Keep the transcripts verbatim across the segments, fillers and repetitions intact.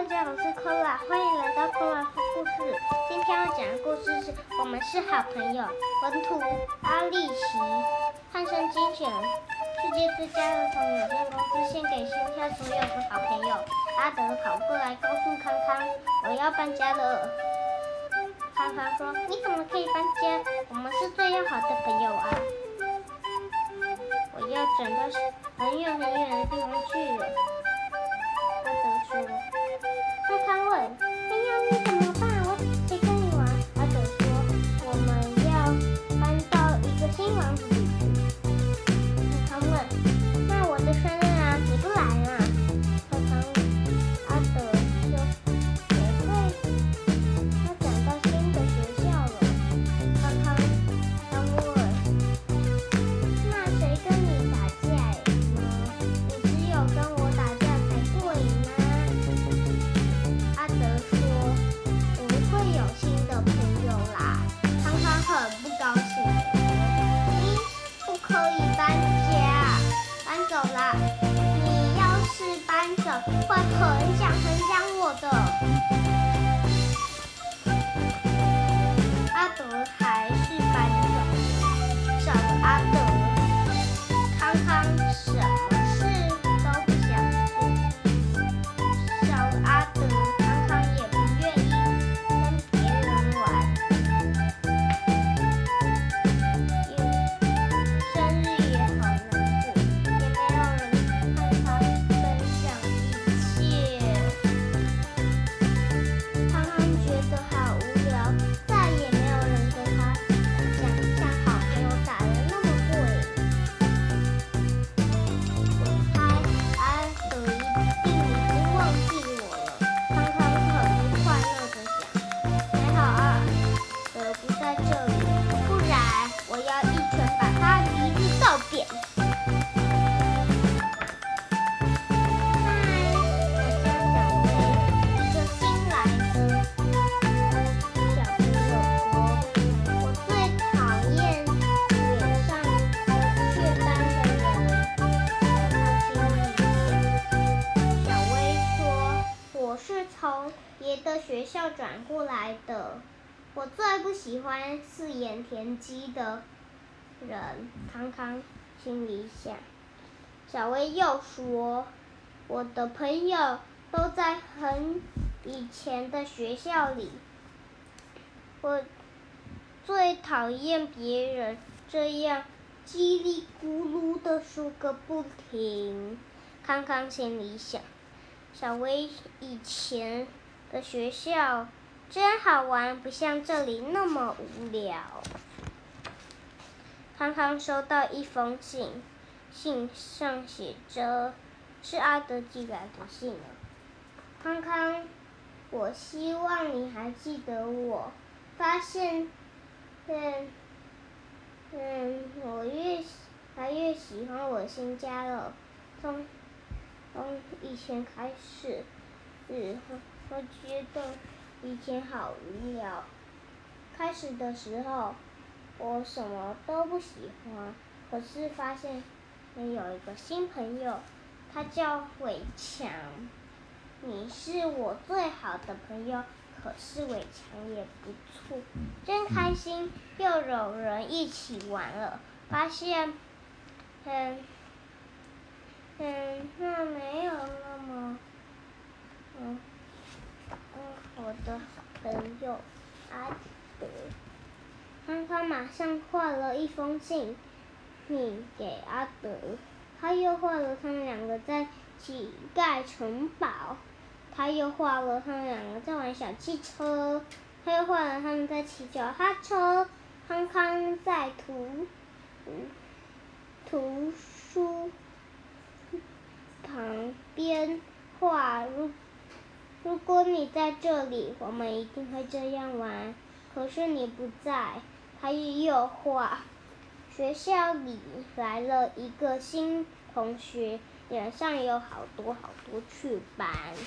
大家好，我是 Kola， 欢迎来到 Kola 说故事。今天要讲的故事是我们是好朋友。文图阿丽奇，汉声精选，世界最佳儿童有限公司献给天下所有的好朋友。阿德跑过来告诉康康，我要搬家了。康康说，你怎么可以搬家？我们是最要好的朋友啊。我要转到很远很远的地方去了。阿德说。康康问：“哎呀，你怎么办？我得跟你玩。”阿德说：“我们要搬到一个新房子里去。”康康问：“那我的生日啊，你不来啊？”康康阿德说：“也会，要转到新的学校了。”康康他问：“那谁跟你打架呀？你只有跟我打架才过瘾啊！”阿德说：“我们会有新的朋友啦。”康康很不高兴地说：“你不可以搬家，搬走啦！你要是搬走，会很想很想我的。”阿德还是搬走了，少了阿德，康康什么事都不想做。少了阿德，康康也不愿意跟别人玩，也生日也好难过，也没有人和他分享一切。康康觉得好无聊，再也没有人跟他想像好朋友打得那么过瘾。我猜阿德一定已经忘记我了。康康很不快乐地想，还好阿德不在这里，不然我要一拳把他鼻子揍扁。嗨，我叫小薇，一个新来的小朋友说，我最讨厌脸上有雀斑的人。康康心里想。小薇说，我是从别的学校转过来的，我最不喜欢四眼田鸡的人。康康心里想。小薇又说，我的朋友都在很以前的学校里，我最讨厌别人这样叽里咕噜的说个不停。康康心里想。小薇以前的学校真好玩，不像这里那么无聊。康康收到一封信，信上写着：“是阿德寄来的信啊。康康，我希望你还记得我。发现，嗯嗯，我越来越喜欢我新家了。从从以前开始。”是，我觉得以前好无聊。开始的时候，我什么都不喜欢，可是发现有一个新朋友，他叫伟强。你是我最好的朋友，可是伟强也不错，真开心，又有人一起玩了。发现，嗯嗯，那没有那么。嗯嗯，我的好朋友阿德。康康马上画了一封信，你给阿德。他又画了他们两个在一起盖城堡，他又画了他们两个在玩小汽车，他又画了他们在骑脚踏车。康康在图图书旁边画如。如果你在这里，我们一定会这样玩。可是你不在，他又画。学校里来了一个新同学，脸上有好多好多雀斑。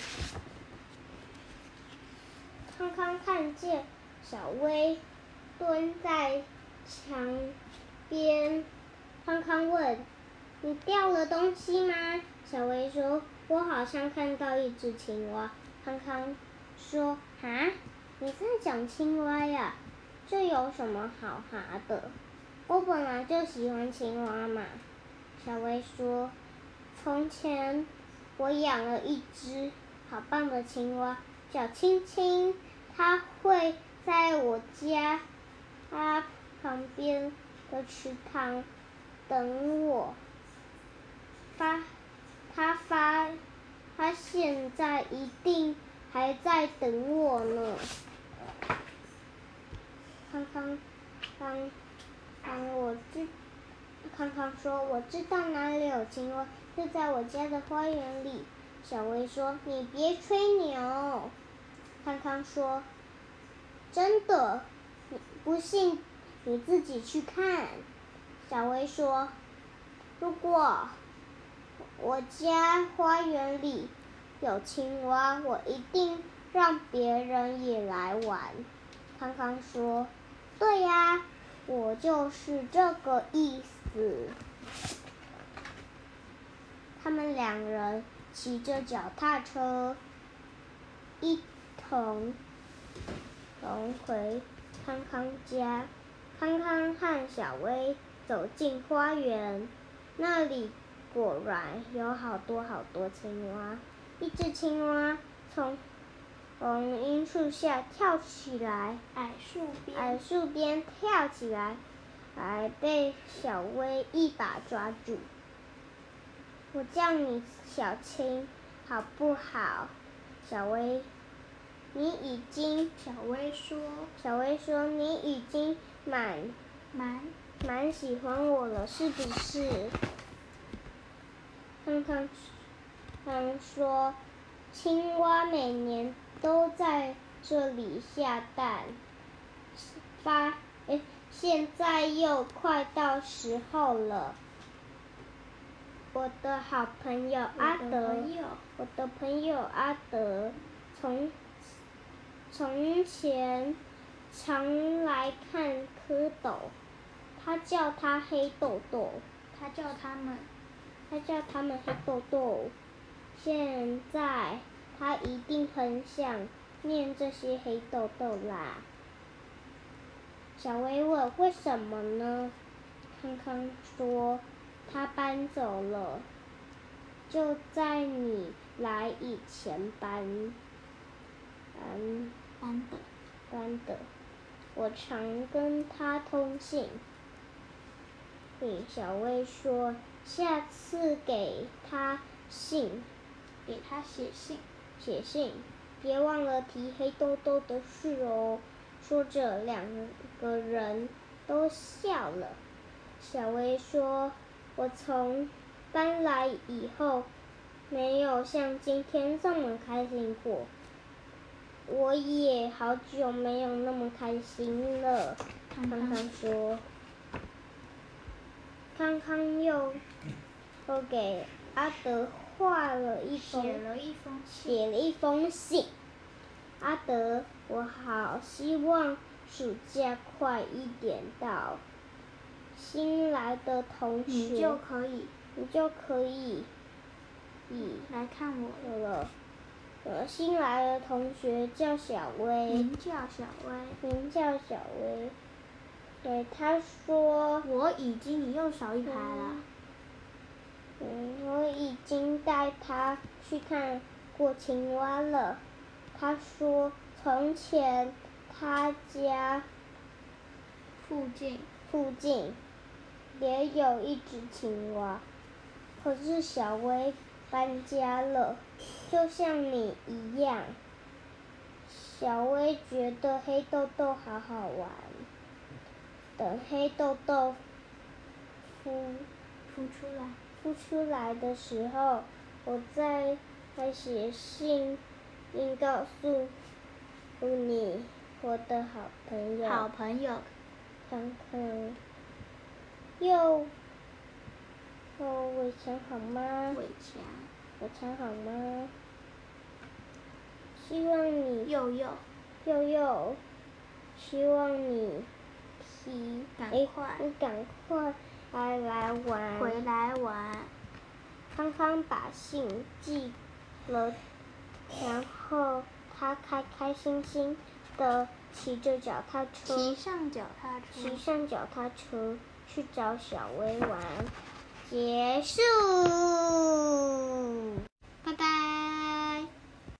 康康看见小薇蹲在墙边，康康问：“你掉了东西吗？”小薇说：“我好像看到一只青蛙。” 康康说：“啊，你在讲青蛙呀？这有什么好哈的？我本来就喜欢青蛙嘛。”小薇说：“从前我养了一只好棒的青蛙，叫青青，它会在我家它旁边的池塘等我。发，它发，它现在一定还在等我呢。”康康，康康，我知，康康说：“我知道哪里有青蛙，就在我家的花园里。”小薇说：“你别吹牛。”康康说：“真的，你不信你自己去看。”小薇说：“如果我家花园里有青蛙，我一定让别人也来玩。”康康说：“对呀，我就是这个意思。”他们两人骑着脚踏车，一同同回康康家。康康和小薇走进花园，那里果然有好多好多青蛙。一只青蛙从从樱树下跳起来， 矮树边， 矮树边跳起来，还被小薇一把抓住。“我叫你小青，好不好？”小薇，你已经小薇说， 小薇说：“你已经蛮蛮蛮喜欢我了，是不是？”康康康说：“青蛙每年都在这里下蛋，发，哎，现在又快到时候了。我的好朋友阿德，我的朋友阿德，从从前常来看蝌蚪，他叫他黑豆豆， 他叫他们， 他叫他们黑豆豆。现在他一定很想念这些黑豆豆啦。”小薇问：“为什么呢？”康康说：“他搬走了，就在你来以前搬搬搬的搬的。我常跟他通信。”小薇说：“下次给他信， 给他写信， 写信，别忘了提黑豆豆的事哦。”说着，两个人都笑了。小薇说：“我从搬来以后，没有像今天这么开心过。我也好久没有那么开心了。”康康说。康康又又给阿德画了一封， 写了一封信， 写了一封信。阿德，我好希望暑假快一点到，新来的同学你就可以， 你就可以，以来看我了。呃，新来的同学叫小薇， 名叫小薇， 名叫小薇。对，他说：“ 我已经，你又少一排了。 嗯”嗯，我已经带他去看过青蛙了。他说：“从前他家附近附近也有一只青蛙，可是小薇搬家了，就像你一样。”小薇觉得黑豆豆好好玩。等黑豆豆孵孵出来， 孵出来的时候，我再来写信，并告诉你，我的好朋友。 好朋友， 康康。又，哦，伟强好吗？ 伟强， 伟强好吗？希望你。 佑佑， 佑佑，希望你。 赶快， 你赶快来来玩， 回来玩。 康康把信寄了然后他开开心心的骑着脚踏车， 骑上脚踏车， 骑上脚踏车去找小薇玩。结束。